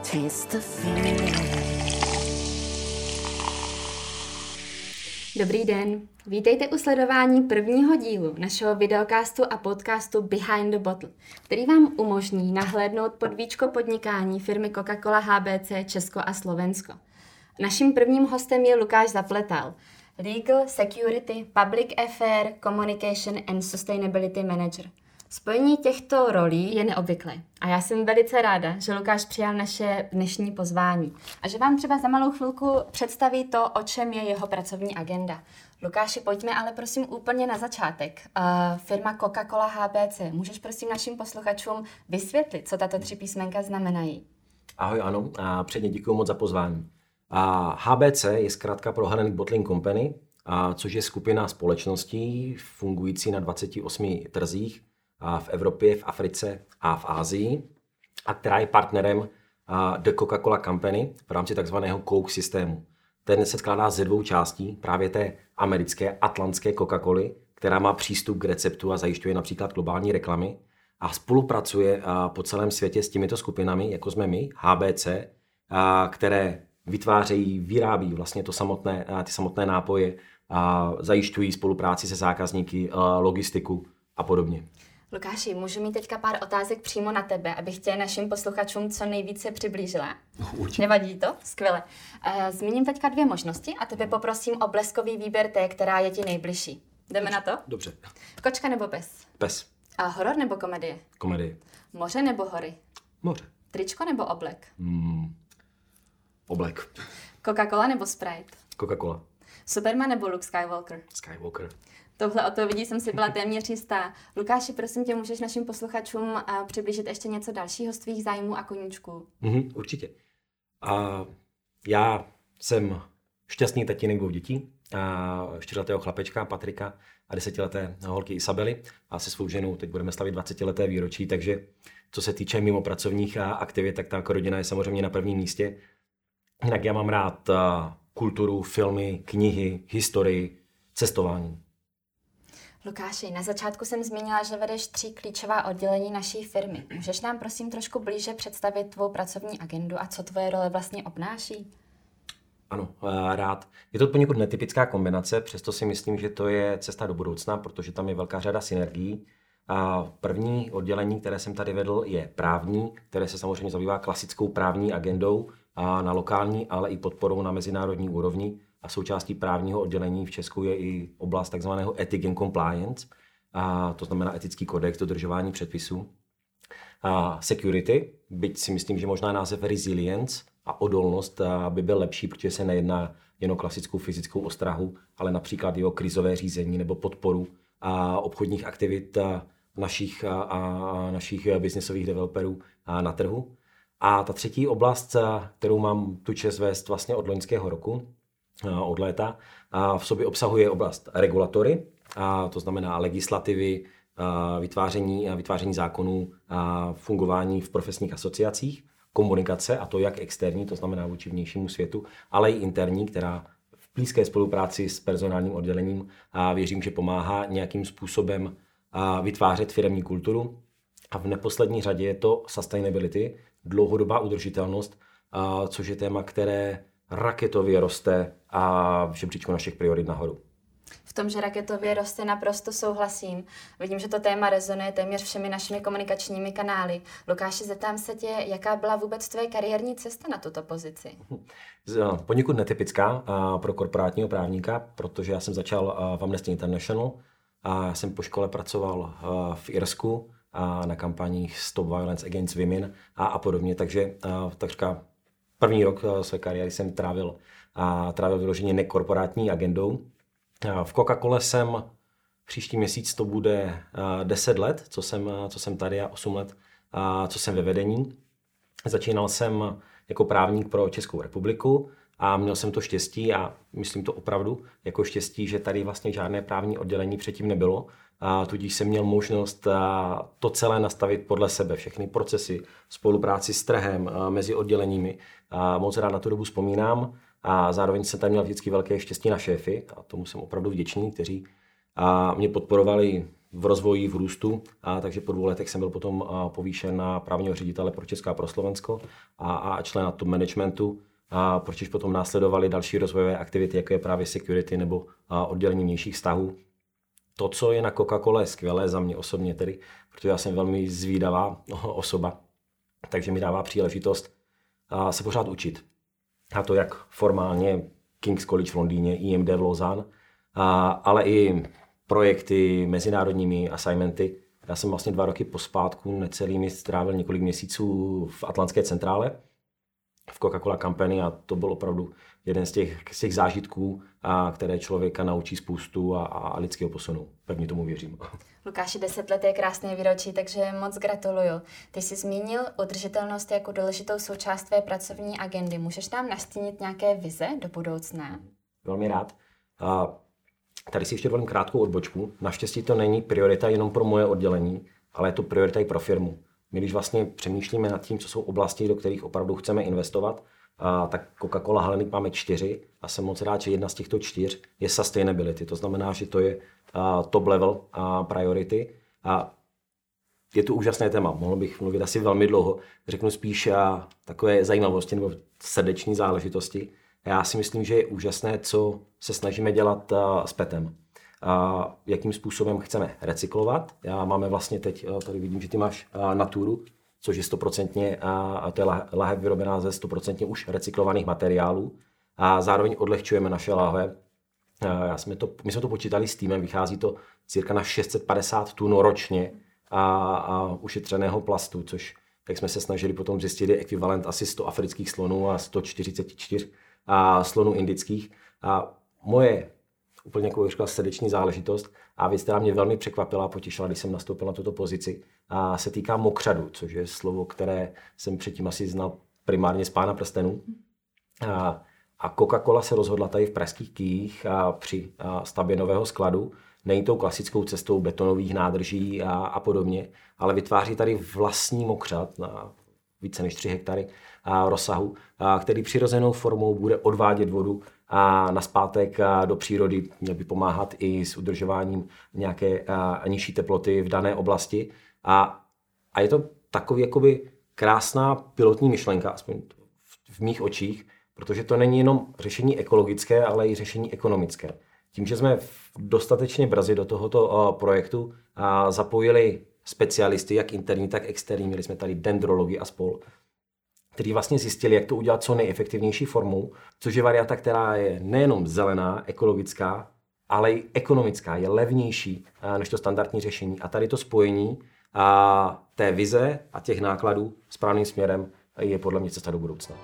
Taste the feeling. Dobrý den, vítejte u sledování prvního dílu našeho videocastu a podcastu Behind the Bottle, který vám umožní nahlédnout pod víčko podnikání firmy Coca-Cola HBC Česko a Slovensko. Naším prvním hostem je Lukáš Zapletal, Legal, Security, Public Affair, Communication and Sustainability Manager. Spojení těchto rolí je neobvyklé a já jsem velice ráda, že Lukáš přijal naše dnešní pozvání a že vám třeba za malou chvilku představí to, o čem je jeho pracovní agenda. Lukáši, pojďme ale prosím úplně na začátek. Firma Coca-Cola HBC, můžeš prosím našim posluchačům vysvětlit, co tato 3 písmenka znamenají? Ahoj, ano, a předně děkuji moc za pozvání. HBC je zkrátka pro Hellenic Bottling Company, což je skupina společností fungující na 28 trzích v Evropě, v Africe a v Asii, a která je partnerem The Coca-Cola Company v rámci takzvaného Coke systému. Ten se skládá ze 2 částí, právě té americké atlantské Coca-Coly, která má přístup k receptu a zajišťuje například globální reklamy a spolupracuje po celém světě s těmito skupinami, jako jsme my, HBC, které vytvářejí, vyrábí vlastně ty samotné nápoje a zajišťují spolupráci se zákazníky, logistiku a podobně. Lukáši, můžu mít teďka pár otázek přímo na tebe, abych tě našim posluchačům co nejvíce přiblížila? Určitě. Nevadí to? Skvěle. Zmíním teďka 2 možnosti a tebe poprosím o bleskový výběr té, která je ti nejbližší. Jdeme na to? Dobře. Kočka nebo pes? Pes. A horor nebo komedie? Komedie. Moře nebo hory? Moře. Tričko nebo oblek? Oblek. Coca-Cola nebo Sprite? Coca-Cola. Superman nebo Luke Skywalker? Skywalker. Tohle odpovědí jsem si byla téměř jistá. Lukáši, prosím tě, můžeš našim posluchačům přiblížit ještě něco dalšího z tvých zájmů a koníčků? Určitě. Já jsem šťastný tatínek 2 dětí, 4letého chlapečka Patrika a 10leté holky Isabely a se svou ženou teď budeme slavit 20leté výročí, takže co se týče mimo pracovních aktivit, tak ta rodina je samozřejmě na prvním místě. Jinak já mám rád kulturu, filmy, knihy, historii, cestování. Lukáši, na začátku jsem zmínila, že vedeš 3 klíčová oddělení naší firmy. Můžeš nám prosím trošku blíže představit tvou pracovní agendu a co tvoje role vlastně obnáší? Ano, rád. Je to poněkud netypická kombinace, přesto si myslím, že to je cesta do budoucna, protože tam je velká řada synergií. První oddělení, které jsem tady vedl, je právní, které se samozřejmě zabývá klasickou právní agendou na lokální, ale i podporou na mezinárodní úrovni. A součástí právního oddělení v Česku je i oblast takzvaného Ethic and Compliance, to znamená etický kodex, dodržování předpisů. Security, byť si myslím, že možná název Resilience a odolnost by byl lepší, protože se nejedná jen o klasickou fyzickou ostrahu, ale například i o krizové řízení nebo podporu obchodních aktivit našich biznesových developerů na trhu. A ta třetí oblast, kterou mám tu čest vést vlastně od loňského roku, od léta, v sobě obsahuje oblast regulatory, to znamená legislativy, vytváření zákonů, fungování v profesních asociacích, komunikace, a to jak externí, to znamená vůči vnějšímu světu, ale i interní, která v blízké spolupráci s personálním oddělením věřím, že pomáhá nějakým způsobem vytvářet firemní kulturu. A v neposlední řadě je to sustainability, dlouhodobá udržitelnost, což je téma, které raketově roste a v žebříčku našich priorit nahoru. V tom, že raketově roste, naprosto souhlasím. Vidím, že to téma rezonuje téměř všemi našimi komunikačními kanály. Lukáši, zeptám se tě, jaká byla vůbec tvoje kariérní cesta na tuto pozici? Poněkud netypická pro korporátního právníka, protože já jsem začal v Amnesty International a já jsem po škole pracoval v Irsku na kampaních Stop Violence Against Women a podobně, takže takřka první rok své kariéry jsem trávil vyloženě nekorporátní agendou. V Coca-Cole jsem příští měsíc to bude 10 let, co jsem tady, a 8 let, co jsem ve vedení. Začínal jsem jako právník pro Českou republiku a měl jsem to štěstí, a myslím to opravdu jako štěstí, že tady vlastně žádné právní oddělení předtím nebylo. Tudíž jsem měl možnost to celé nastavit podle sebe, všechny procesy, spolupráci s trhem, mezi odděleními. Moc rád na tu dobu vzpomínám a zároveň jsem tam měl vždycky velké štěstí na šéfy, a tomu jsem opravdu vděčný, kteří mě podporovali v rozvoji, v růstu, takže po 2 letech jsem byl potom povýšen na právního ředitele pro Česko a pro Slovensko a člena top managementu, proč potom následovaly další rozvojové aktivity, jako je právě security nebo oddělení vnějších vztahů. To, co je na Coca-Cole, je skvělé za mě osobně tedy, protože já jsem velmi zvídavá osoba, takže mi dává příležitost se pořád učit. A to jak formálně King's College v Londýně, IMD v Lausanne, ale i projekty, mezinárodními assignmenty. Já jsem vlastně 2 roky pospátku necelými strávil několik měsíců v Atlantské centrále, v Coca-Cola Company a to byl opravdu jeden z těch zážitků, které člověka naučí spoustu a lidského posunu. Pevně tomu věřím. Lukáši, 10 let je krásné výročí, takže moc gratuluju. Ty jsi zmínil udržitelnost jako důležitou součást tvé pracovní agendy. Můžeš nám nastínit nějaké vize do budoucna? Velmi rád. Tady si ještě dovolím krátkou odbočku. Naštěstí to není priorita jenom pro moje oddělení, ale je to priorita i pro firmu. My když vlastně přemýšlíme nad tím, co jsou oblasti, do kterých opravdu chceme investovat, tak Coca-Cola Hellenic máme 4 a jsem moc rád, že jedna z těchto 4 je sustainability. To znamená, že to je top level priority. Je to úžasné téma, mohl bych mluvit asi velmi dlouho. Řeknu spíš takové zajímavosti nebo srdeční záležitosti. Já si myslím, že je úžasné, co se snažíme dělat s PETem. Jakým způsobem chceme recyklovat. Máme vlastně teď, tady vidím, že ty máš Naturu, což je 100%, to je lahev vyrobená ze 100% už recyklovaných materiálů. A zároveň odlehčujeme naše lahve. My jsme to počítali s týmem, vychází to cirka na 650 tun ročně a ušetřeného plastu, což tak jsme se snažili potom zjistit, je ekvivalent asi 100 afrických slonů a 144 slonů indických. Moje úplně jako říkal srdeční záležitost a věc, která mě velmi překvapila a potěšila, když jsem nastoupil na tuto pozici, se týká mokřadu, což je slovo, které jsem předtím asi znal primárně z Pána prstenů. A Coca-Cola se rozhodla tady v pražských Kyjích při stavbě nového skladu, není tou klasickou cestou betonových nádrží a podobně, ale vytváří tady vlastní mokřad na více než 3 hektary rozsahu, který přirozenou formou bude odvádět vodu a nazpátek do přírody, měl by pomáhat i s udržováním nějaké nižší teploty v dané oblasti. A je to takový jakoby krásná pilotní myšlenka, aspoň v mých očích, protože to není jenom řešení ekologické, ale i řešení ekonomické. Tím, že jsme dostatečně brzy do tohoto projektu zapojili specialisty, jak interní, tak externí, měli jsme tady dendrology a spol, kteří vlastně zjistili, jak to udělat co nejefektivnější formou, což je varianta, která je nejenom zelená, ekologická, ale i ekonomická, je levnější než to standardní řešení. A tady to spojení té vize a těch nákladů správným směrem je podle mě cesta do budoucna.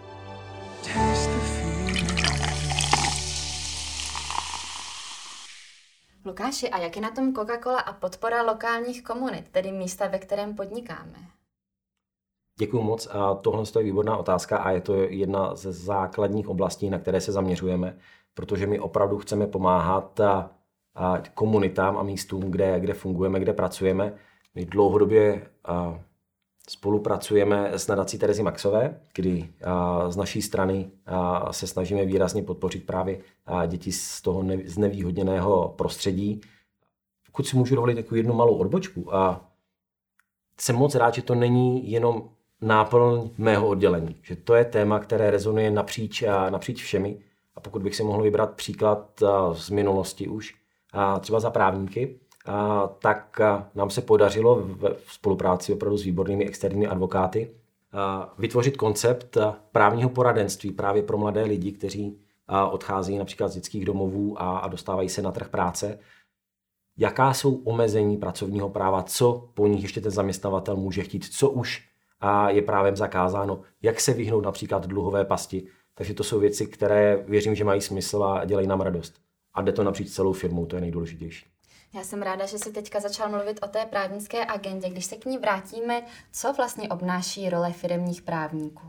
Lukáši, a jak je na tom Coca-Cola a podpora lokálních komunit, tedy místa, ve kterém podnikáme? Děkuju moc. Tohle je výborná otázka a je to jedna ze základních oblastí, na které se zaměřujeme, protože my opravdu chceme pomáhat komunitám a místům, kde fungujeme, kde pracujeme. My dlouhodobě spolupracujeme s nadací Terezy Maxové, kdy z naší strany se snažíme výrazně podpořit právě děti z toho znevýhodněného prostředí. Pokud si můžu dovolit takovou jednu malou odbočku, jsem moc rád, že to není jenom náplň mého oddělení, že to je téma, které rezonuje napříč všemi. A pokud bych si mohl vybrat příklad z minulosti už, třeba za právníky, tak nám se podařilo v spolupráci opravdu s výbornými externími advokáty vytvořit koncept právního poradenství právě pro mladé lidi, kteří odchází například z dětských domovů a dostávají se na trh práce. Jaká jsou omezení pracovního práva, co po nich ještě ten zaměstnavatel může chtít, co už je právem zakázáno, jak se vyhnout například dluhové pasti. Takže to jsou věci, které věřím, že mají smysl a dělají nám radost. A jde to napříč celou firmou, to je nejdůležitější. Já jsem ráda, že jsi teďka začal mluvit o té právnické agendě. Když se k ní vrátíme, co vlastně obnáší role firemních právníků?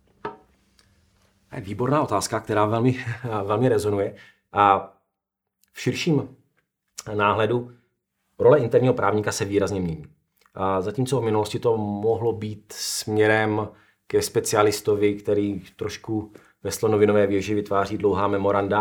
Výborná otázka, která velmi rezonuje. A v širším náhledu role interního právníka se výrazně mění. A zatímco v minulosti to mohlo být směrem ke specialistovi, který trošku ve slonovinové věži vytváří dlouhá memoranda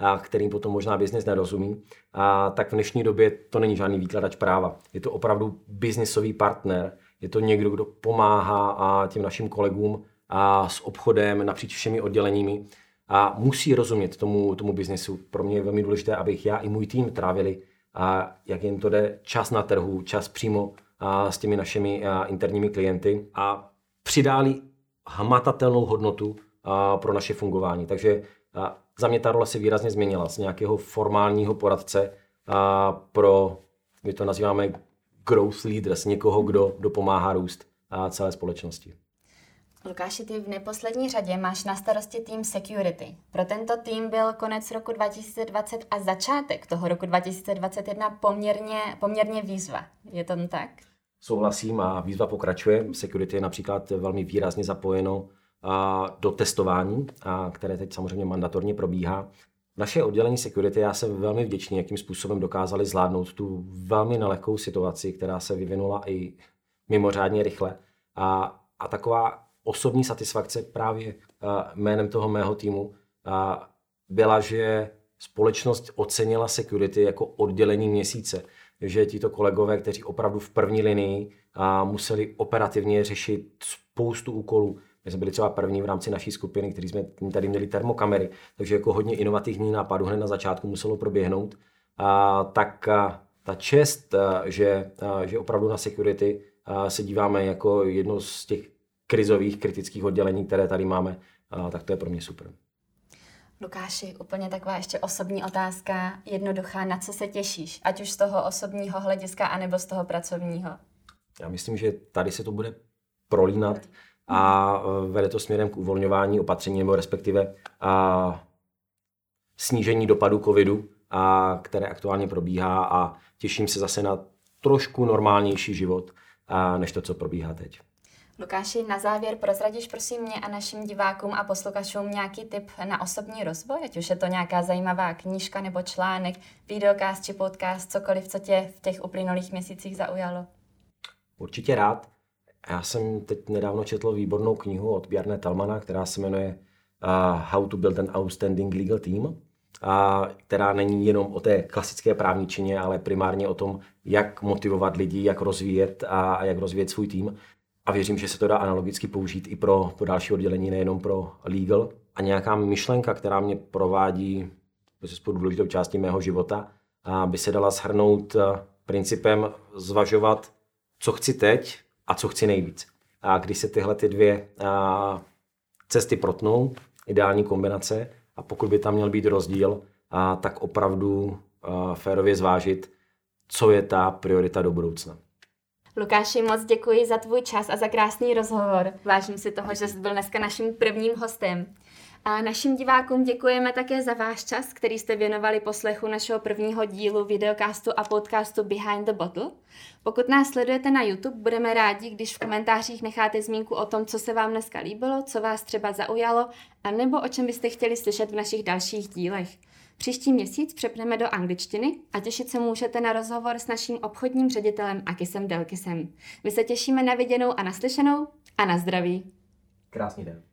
kterým potom možná biznis nerozumí, tak v dnešní době to není žádný výkladač práva. Je to opravdu biznisový partner, je to někdo, kdo pomáhá těm našim kolegům s obchodem napříč všemi odděleními a musí rozumět tomu biznesu. Pro mě je velmi důležité, abych já i můj tým trávili, jak jim to jde, čas na trhu, čas přímo s těmi našimi interními klienty a přidali hmatatelnou hodnotu pro naše fungování. Takže za mě ta role se výrazně změnila z nějakého formálního poradce pro, my to nazýváme growth leaders, někoho, kdo pomáhá růst celé společnosti. Lukáši, ty v neposlední řadě máš na starosti tým security. Pro tento tým byl konec roku 2020 a začátek toho roku 2021 poměrně výzva. Je to tak? Souhlasím a výzva pokračuje. Security je například velmi výrazně zapojeno do testování, které teď samozřejmě mandatorně probíhá. Naše oddělení security, já jsem velmi vděčný, jakým způsobem dokázali zvládnout tu velmi nelehkou situaci, která se vyvinula i mimořádně rychle. A taková osobní satisfakce právě jménem toho mého týmu byla, že společnost ocenila security jako oddělení měsíce. Že tito kolegové, kteří opravdu v první linii museli operativně řešit spoustu úkolů. My jsme byli třeba první v rámci naší skupiny, kteří jsme tady měli termokamery, takže jako hodně inovativní nápadů hned na začátku muselo proběhnout. Tak ta čest, že opravdu na security se díváme jako jedno z těch krizových, kritických oddělení, které tady máme, tak to je pro mě super. Lukáši, úplně taková ještě osobní otázka, jednoduchá, na co se těšíš, ať už z toho osobního hlediska, anebo z toho pracovního? Já myslím, že tady se to bude prolínat a vede to směrem k uvolňování opatření, nebo respektive snížení dopadu covidu, které aktuálně probíhá a těším se zase na trošku normálnější život, než to, co probíhá teď. Lukáši, na závěr prozradíš prosím mě a našim divákům a posluchačům nějaký tip na osobní rozvoj, ať už je to nějaká zajímavá knížka nebo článek, videokast či podcast, cokoliv, co tě v těch uplynulých měsících zaujalo? Určitě rád. Já jsem teď nedávno četl výbornou knihu od Bjarne Talmana, která se jmenuje How to build an outstanding legal team, která není jenom o té klasické právničině, ale primárně o tom, jak motivovat lidi, jak rozvíjet a jak rozvíjet svůj tým. A věřím, že se to dá analogicky použít i pro další oddělení, nejenom pro legal. A nějaká myšlenka, která mě provádí bezesporu důležitou částí mého života, by se dala shrnout principem zvažovat, co chci teď a co chci nejvíc. A když se tyhle ty dvě cesty protnou, ideální kombinace, a pokud by tam měl být rozdíl, tak opravdu férově zvážit, co je ta priorita do budoucna. Lukáši, moc děkuji za tvůj čas a za krásný rozhovor. Vážím si toho, že jsi byl dneska naším prvním hostem. A našim divákům děkujeme také za váš čas, který jste věnovali poslechu našeho prvního dílu videocastu a podcastu Behind the Bottle. Pokud nás sledujete na YouTube, budeme rádi, když v komentářích necháte zmínku o tom, co se vám dneska líbilo, co vás třeba zaujalo, anebo o čem byste chtěli slyšet v našich dalších dílech. Příští měsíc přepneme do angličtiny a těšit se můžete na rozhovor s naším obchodním ředitelem Akisem Delkisem. My se těšíme na viděnou a naslyšenou a na zdraví. Krásný den.